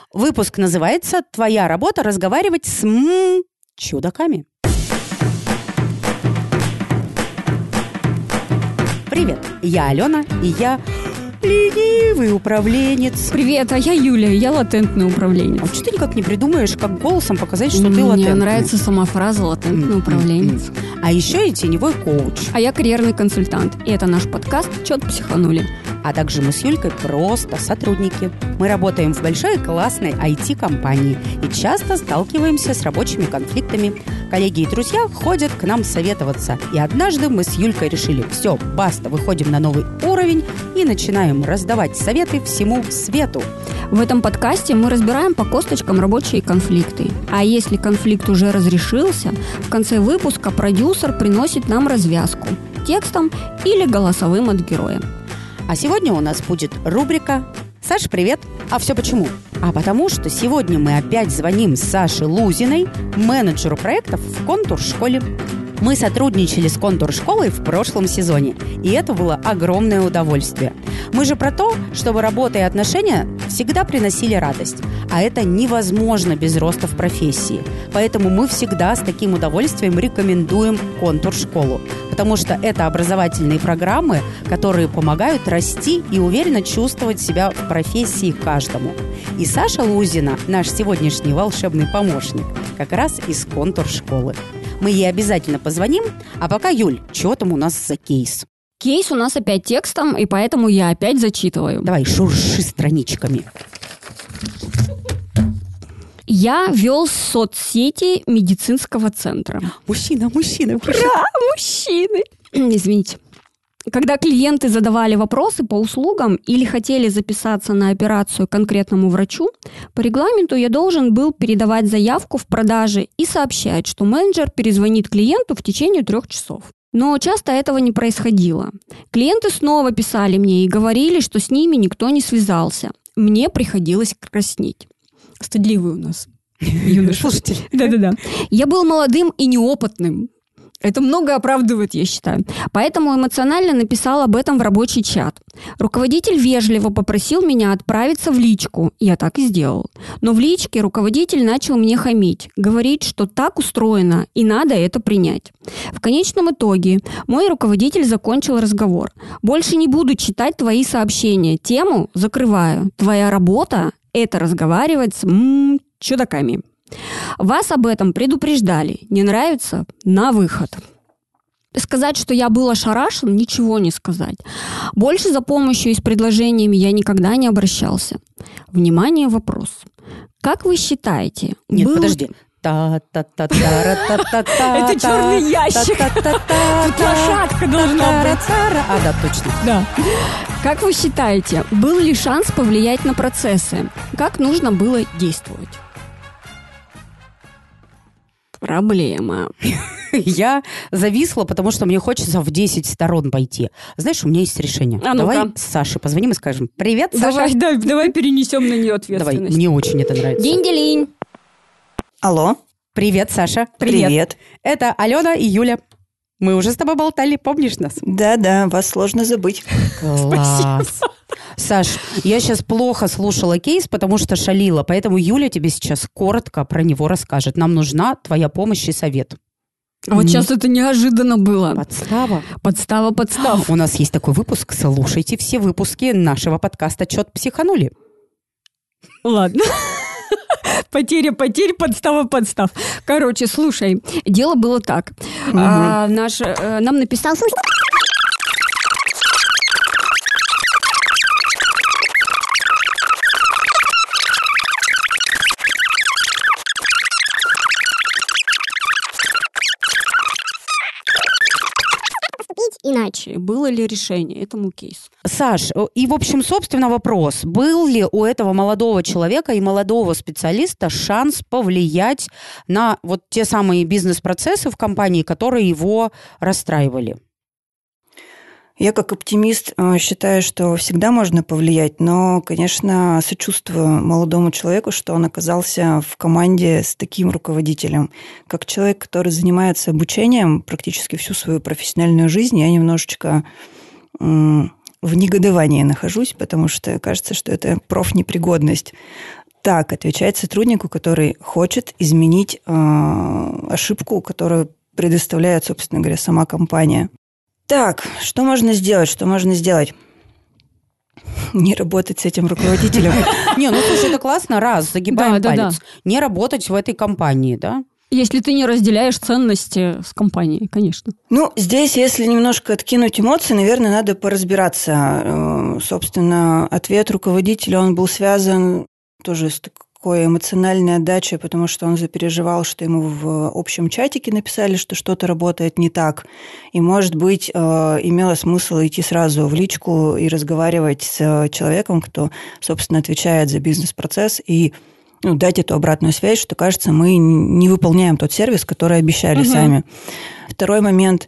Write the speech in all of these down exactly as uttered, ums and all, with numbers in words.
Выпуск называется «Твоя работа разговаривать с м- чудаками». Привет, я Алена, и я ленивый управленец. Привет, а я Юля, я латентный управленец. А что ты никак не придумаешь, как голосом показать, что ты латентный? Мне нравится сама фраза «латентный управленец». А еще и теневой коуч. А я карьерный консультант, и это наш подкаст «Чё-то психанули». А также мы с Юлькой просто сотрудники. Мы работаем в большой классной ай ти-компании и часто сталкиваемся с рабочими конфликтами. Коллеги и друзья ходят к нам советоваться. И однажды мы с Юлькой решили: все, баста, выходим на новый уровень и начинаем раздавать советы всему свету. В этом подкасте мы разбираем по косточкам рабочие конфликты. А если конфликт уже разрешился, в конце выпуска продюсер приносит нам развязку текстом или голосовым от героя. А сегодня у нас будет рубрика «Саш, привет!» А все почему? А потому что сегодня мы опять звоним Саше Лузиной, менеджеру проектов в «Контур-школе». Мы сотрудничали с «Контур-школой» в прошлом сезоне, и это было огромное удовольствие. Мы же про то, чтобы работа и отношения всегда приносили радость, а это невозможно без роста в профессии. Поэтому мы всегда с таким удовольствием рекомендуем «Контур-школу», потому что это образовательные программы, которые помогают расти и уверенно чувствовать себя в профессии каждому. И Саша Лузина, наш сегодняшний волшебный помощник, как раз из «Контур-школы». Мы ей обязательно позвоним. А пока, Юль, что там у нас за кейс? Кейс у нас опять текстом, и поэтому я опять зачитываю. Давай, шурши страничками. Я вел соцсети медицинского центра. Мужчина, мужчина. Ура, мужчины! Извините. Когда клиенты задавали вопросы по услугам или хотели записаться на операцию конкретному врачу, по регламенту я должен был передавать заявку в продаже и сообщать, что менеджер перезвонит клиенту в течение трех часов. Но часто этого не происходило. Клиенты снова писали мне и говорили, что с ними никто не связался. Мне приходилось краснеть. Стыдливый у нас юный слушатель. Да-да-да. Я был молодым и неопытным. Это много оправдывает, я считаю. Поэтому эмоционально написал об этом в рабочий чат. Руководитель вежливо попросил меня отправиться в личку. Я так и сделал. Но в личке руководитель начал мне хамить. Говорить, что так устроено, и надо это принять. В конечном итоге мой руководитель закончил разговор. Больше не буду читать твои сообщения. Тему закрываю. Твоя работа – это разговаривать с м- чудаками. Вас об этом предупреждали. Не нравится? На выход. Сказать, что я был ошарашен, ничего не сказать. Больше за помощью и с предложениями я никогда не обращался. Внимание, вопрос. Как вы считаете? Нет, был... подожди. Это черный ящик. Тут лошадка должна быть. А, да, точно. Да. Как вы считаете, был ли шанс повлиять на процессы? Как нужно было действовать? Проблема. Я зависла, потому что мне хочется в десять сторон пойти. Знаешь, у меня есть решение. А давай ну-ка. Саше позвоним и скажем: привет, Саша. Давай, да, давай перенесем на нее ответственность. Давай, мне очень это нравится. Динь-делинь. Алло. Привет, Саша. Привет. Привет. Это Алена и Юля. Мы уже с тобой болтали, помнишь нас? Да-да, вас сложно забыть. Класс. Саш, я сейчас плохо слушала кейс, потому что шалила, поэтому Юля тебе сейчас коротко про него расскажет. Нам нужна твоя помощь и совет. А вот сейчас это неожиданно было. Подстава. Подстава, подстав. У нас есть такой выпуск. Слушайте все выпуски нашего подкаста «Чё-то психанули». Ладно. Потеря, потерь, подстава, подстав. Короче, слушай, дело было так. Угу. А, наш, а, нам написал... Иначе. Было ли решение этому кейсу? Саш, и, в общем, собственно, вопрос. Был ли у этого молодого человека и молодого специалиста шанс повлиять на вот те самые бизнес-процессы в компании, которые его расстраивали? Я как оптимист считаю, что всегда можно повлиять, но, конечно, сочувствую молодому человеку, что он оказался в команде с таким руководителем. Как человек, который занимается обучением практически всю свою профессиональную жизнь, я немножечко в негодовании нахожусь, потому что кажется, что это профнепригодность. так отвечать сотруднику, который хочет изменить э, ошибку, которую предоставляет, собственно говоря, сама компания. Так, что можно сделать? Что можно сделать? Не работать с этим руководителем. Не, ну слушай, это классно, раз, загибаем палец. Не работать в этой компании, да? Если ты не разделяешь ценности с компанией, конечно. Ну, здесь, если немножко откинуть эмоции, наверное, надо поразбираться. Собственно, ответ руководителя, он был связан тоже с такой эмоциональной отдачей, потому что он запереживал, что ему в общем чатике написали, что что-то работает не так. И, может быть, имело смысл идти сразу в личку и разговаривать с человеком, кто, собственно, отвечает за бизнес-процесс, и ну, дать эту обратную связь, что, кажется, мы не выполняем тот сервис, который обещали угу. сами. Второй момент.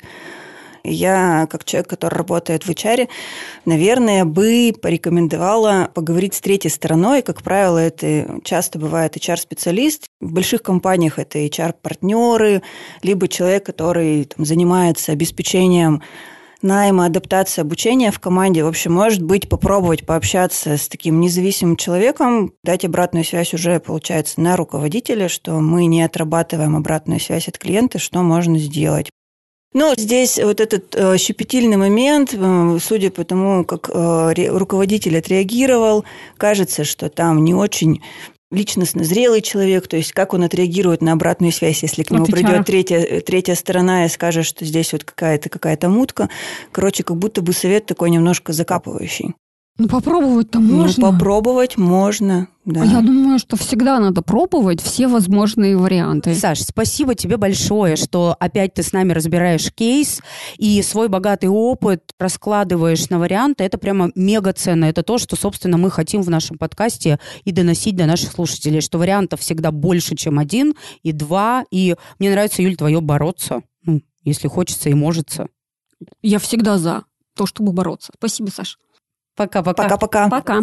Я, как человек, который работает в эйч ар, наверное, бы порекомендовала поговорить с третьей стороной. Как правило, это часто бывает эйч ар-специалист. В больших компаниях это эйч ар-партнеры, либо человек, который там, занимается обеспечением найма, адаптации, обучения в команде. В общем, может быть, попробовать пообщаться с таким независимым человеком, дать обратную связь уже, получается, на руководителя, что мы не отрабатываем обратную связь от клиента, что можно сделать. Ну, здесь вот этот э, щепетильный момент, э, судя по тому, как э, ре, руководитель отреагировал, кажется, что там не очень личностно зрелый человек, то есть как он отреагирует на обратную связь, если к нему придет третья, третья сторона и скажет, что здесь вот какая-то, какая-то мутка. Короче, как будто бы совет такой немножко закапывающий. Ну, попробовать-то можно. Ну, попробовать можно, да. Я думаю, что всегда надо пробовать все возможные варианты. Саш, спасибо тебе большое, что опять ты с нами разбираешь кейс и свой богатый опыт раскладываешь на варианты. Это прямо мега ценно. Это то, что, собственно, мы хотим в нашем подкасте и доносить до наших слушателей, что вариантов всегда больше, чем один и два. И мне нравится, Юль, твое бороться, ну, если хочется и можется. Я всегда за то, чтобы бороться. Спасибо, Саш. Пока-пока. Пока-пока. Пока.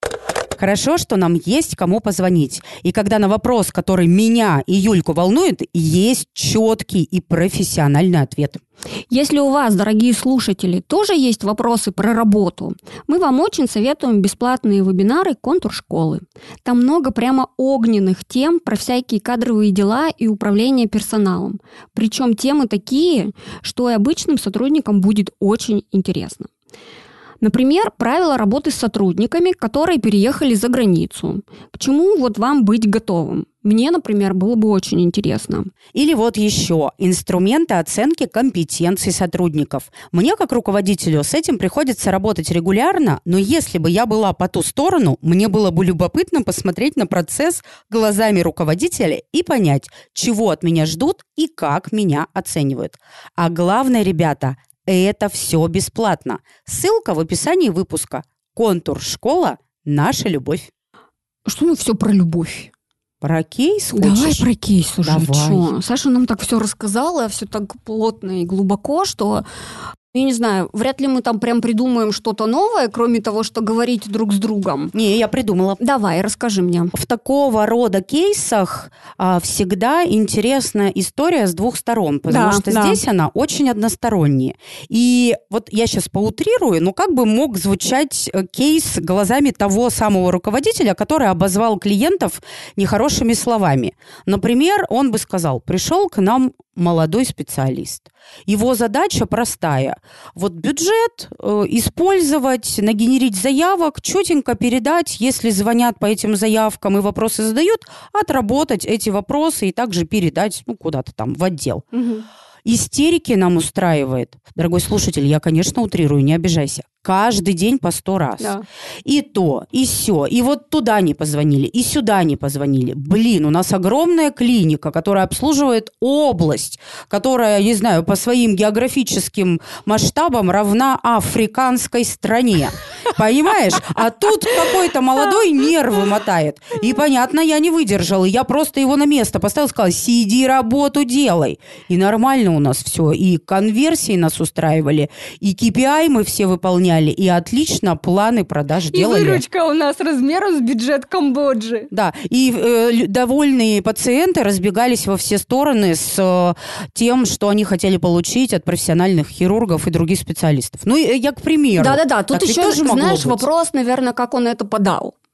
Хорошо, что нам есть кому позвонить. И когда на вопрос, который меня и Юльку волнует, есть четкий и профессиональный ответ. Если у вас, дорогие слушатели, тоже есть вопросы про работу, мы вам очень советуем бесплатные вебинары «Контур школы». Там много прямо огненных тем про всякие кадровые дела и управление персоналом. Причем темы такие, что и обычным сотрудникам будет очень интересно. Например, правила работы с сотрудниками, которые переехали за границу. К чему вот вам быть готовым? Мне, например, было бы очень интересно. Или вот еще инструменты оценки компетенций сотрудников. Мне, как руководителю, с этим приходится работать регулярно, но если бы я была по ту сторону, мне было бы любопытно посмотреть на процесс глазами руководителя и понять, чего от меня ждут и как меня оценивают. А главное, ребята, это все бесплатно. Ссылка в описании выпуска. Контур школа. Наша любовь. Что мы все про любовь? Про кейс хочешь? Давай про кейс уже. Давай. Чё? Саша нам так все рассказала, все так плотно и глубоко, что... Я не знаю, вряд ли мы там прям придумаем что-то новое, кроме того, что говорить друг с другом. Не, я придумала. Давай, расскажи мне. В такого рода кейсах а, всегда интересная история с двух сторон, потому да, что да. здесь она очень односторонняя. И вот я сейчас поутрирую, но как бы мог звучать кейс глазами того самого руководителя, который обозвал клиентов нехорошими словами. Например, он бы сказал: пришел к нам молодой специалист. Его задача простая. Вот бюджет э, использовать, нагенерить заявок, четенько передать, если звонят по этим заявкам и вопросы задают, отработать эти вопросы и также передать ну, куда-то там в отдел. Угу. Истерики нам устраивает. Дорогой слушатель, я, конечно, утрирую, не обижайся. Каждый день по сто раз. Да. И то, и сё. И вот туда не позвонили, и сюда не позвонили. Блин, у нас огромная клиника, которая обслуживает область, которая, не знаю, по своим географическим масштабам равна африканской стране. Понимаешь? А тут какой-то молодой нервы мотает. И, понятно, я не выдержала. Я просто его на место поставила, сказала: сиди, работу делай. И нормально у нас все. И конверсии нас устраивали, и кей пи ай мы все выполняли, и отлично планы продаж и делали. И выручка у нас размером с бюджет Камбоджи. Да, и э, довольные пациенты разбегались во все стороны с э, тем, что они хотели получить от профессиональных хирургов и других специалистов. Ну, я к примеру. Да-да-да, тут так еще, знаешь, быть. Вопрос, наверное, как он это подал.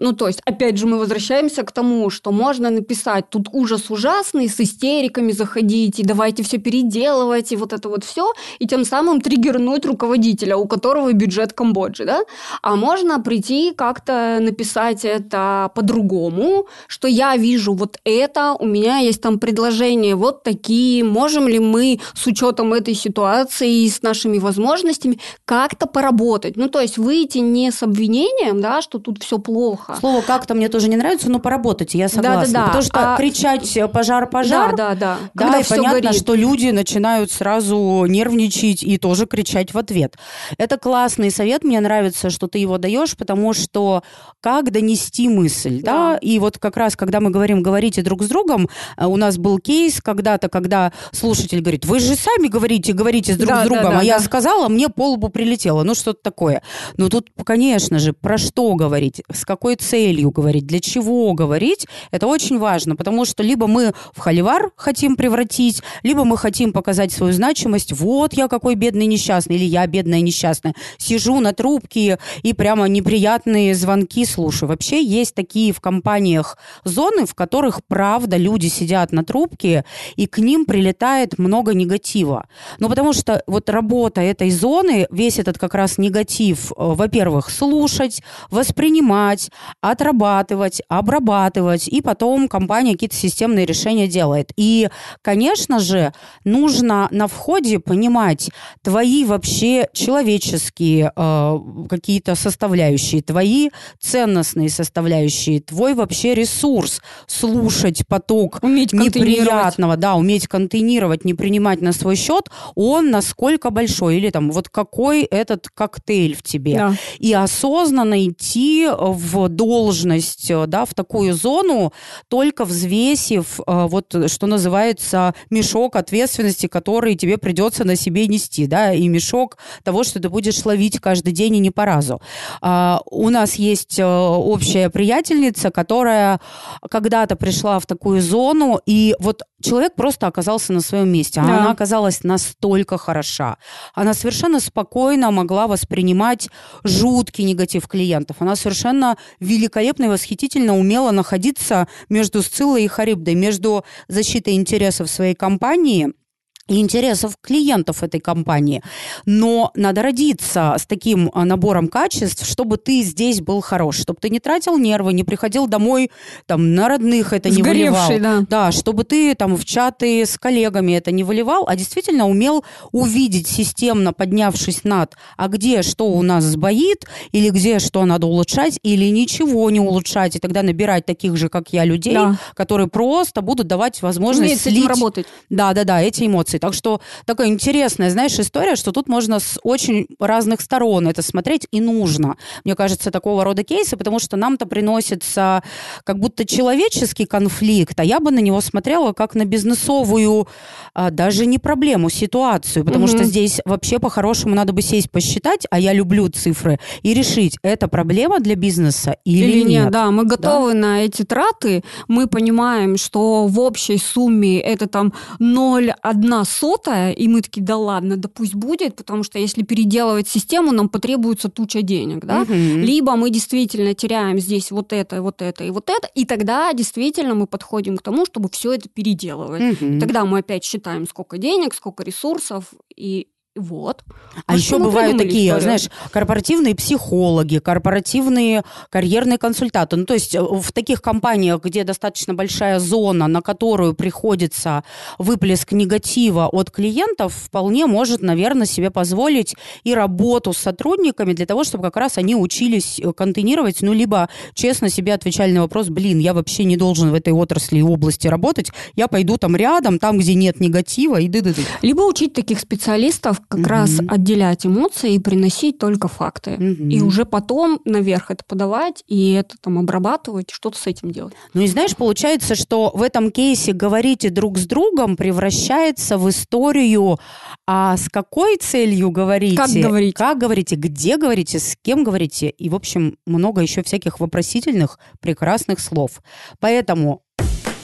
Ну, то есть, опять же, мы возвращаемся к тому, что можно написать тут ужас ужасный, с истериками заходить, и давайте все переделывать, и вот это вот все, и тем самым триггернуть руководителя, у которого бюджет Камбоджи, да? А можно прийти как-то написать это по-другому, что я вижу вот это, у меня есть там предложения вот такие, можем ли мы с учетом этой ситуации и с нашими возможностями как-то поработать. Ну, то есть выйти не с обвинением, да, что тут все плохо. Слово «как-то» мне тоже не нравится, но поработать, я согласна. Да-да-да. Потому что а... кричать «пожар-пожар», да, да, да. да, Когда и всё понятно, горит. что люди начинают сразу нервничать и тоже кричать в ответ. Это классный совет, мне нравится, что ты его даешь, потому что как донести мысль, да, Да. и вот как раз, когда мы говорим «говорите друг с другом», у нас был кейс когда-то, когда слушатель говорит: вы же сами говорите, говорите друг Да, с другом, да, да, а я да. сказала, мне по лбу прилетело, ну что-то такое. Но тут, конечно же, про что говорить, с какой целью говорить, для чего говорить, это очень важно, потому что либо мы в холивар хотим превратить, либо мы хотим показать свою значимость, вот я какой бедный несчастный, или я бедная несчастная, сижу на трубке и прямо неприятные звонки слушаю. Вообще есть такие в компаниях зоны, в которых, правда, люди сидят на трубке, и к ним прилетает много негатива. Ну, потому что вот работа этой зоны, весь этот как раз негатив, во-первых, слушать, воспринимать, отрабатывать, обрабатывать, и потом компания какие-то системные решения делает. И, конечно же, нужно на входе понимать твои вообще человеческие э, какие-то составляющие, твои ценностные составляющие, твой вообще ресурс, слушать поток Уметь неприятного, да, уметь контейнировать, не принимать на свой счет, он насколько большой, или там вот какой этот коктейль в тебе. Да. И осознанно идти в должность, да, в такую зону, только взвесив вот, что называется, мешок ответственности, который тебе придется на себе нести, да, и мешок того, что ты будешь ловить каждый день и не по разу. А, у нас есть общая приятельница, которая когда-то пришла в такую зону, и вот человек просто оказался на своем месте. А Да. она оказалась настолько хороша. Она совершенно спокойно могла воспринимать жуткий негатив клиентов. Она совершенно великолепно и восхитительно умела находиться между Сциллой и Харибдой, между защитой интересов своей компании и интересов клиентов этой компании. Но надо родиться с таким набором качеств, чтобы ты здесь был хорош, чтобы ты не тратил нервы, не приходил домой там, на родных это не выливал. Да. Да, чтобы ты там в чаты с коллегами это не выливал, а действительно умел увидеть системно, поднявшись над, а где что у нас сбоит, или где что надо улучшать, или ничего не улучшать, и тогда набирать таких же, как я, людей, Да. которые просто будут давать возможность Уметь с этим слить... работать. Да, да, да, эти эмоции. Так что такая интересная, знаешь, история, что тут можно с очень разных сторон это смотреть, и нужно. Мне кажется, такого рода кейсы, потому что нам-то приносится как будто человеческий конфликт, а я бы на него смотрела как на бизнесовую, а, даже не проблему, ситуацию, потому Мгм. что здесь вообще по-хорошему надо бы сесть посчитать, а я люблю цифры, и решить, это проблема для бизнеса или, Или нет, нет. да, мы готовы на эти траты, мы понимаем, что в общей сумме это там ноль целых одна сотая, и мы такие, да ладно, да пусть будет, потому что если переделывать систему, нам потребуется туча денег, да, Мгм. либо мы действительно теряем здесь вот это, вот это и вот это, и тогда действительно мы подходим к тому, чтобы все это переделывать. Мгм. Тогда мы опять считаем, сколько денег, сколько ресурсов, и вот. А Ну, еще что мы бывают придумали такие, историю? знаешь, корпоративные психологи, корпоративные карьерные консультанты. Ну, то есть в таких компаниях, где достаточно большая зона, на которую приходится выплеск негатива от клиентов, вполне может, наверное, себе позволить и работу с сотрудниками для того, чтобы как раз они учились контейнировать, ну, либо честно себе отвечали на вопрос, блин, я вообще не должен в этой отрасли и области работать, я пойду там рядом, там, где нет негатива, и ды-ды-ды. Либо учить таких специалистов как Мгм. раз отделять эмоции и приносить только факты. Мгм. И уже потом наверх это подавать, и это там обрабатывать, что-то с этим делать. Ну и знаешь, получается, что в этом кейсе «говорите друг с другом» превращается в историю, а с какой целью говорите? Как говорите? Как говорите, где говорите, с кем говорите. И, в общем, много еще всяких вопросительных прекрасных слов. Поэтому...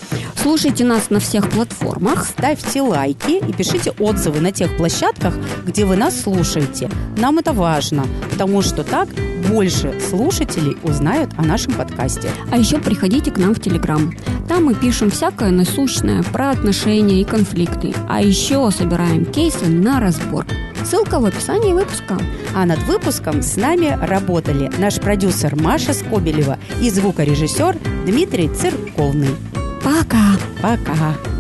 Слушайте нас на всех платформах. Ставьте лайки и пишите отзывы на тех площадках, где вы нас слушаете. Нам это важно, потому что так больше слушателей узнают о нашем подкасте. А еще приходите к нам в Телеграм. Там мы пишем всякое насущное про отношения и конфликты. А еще собираем кейсы на разбор. Ссылка в описании выпуска. А над выпуском с нами работали наш продюсер Маша Скобелева и звукорежиссер Дмитрий Церковный. Пока! Пока!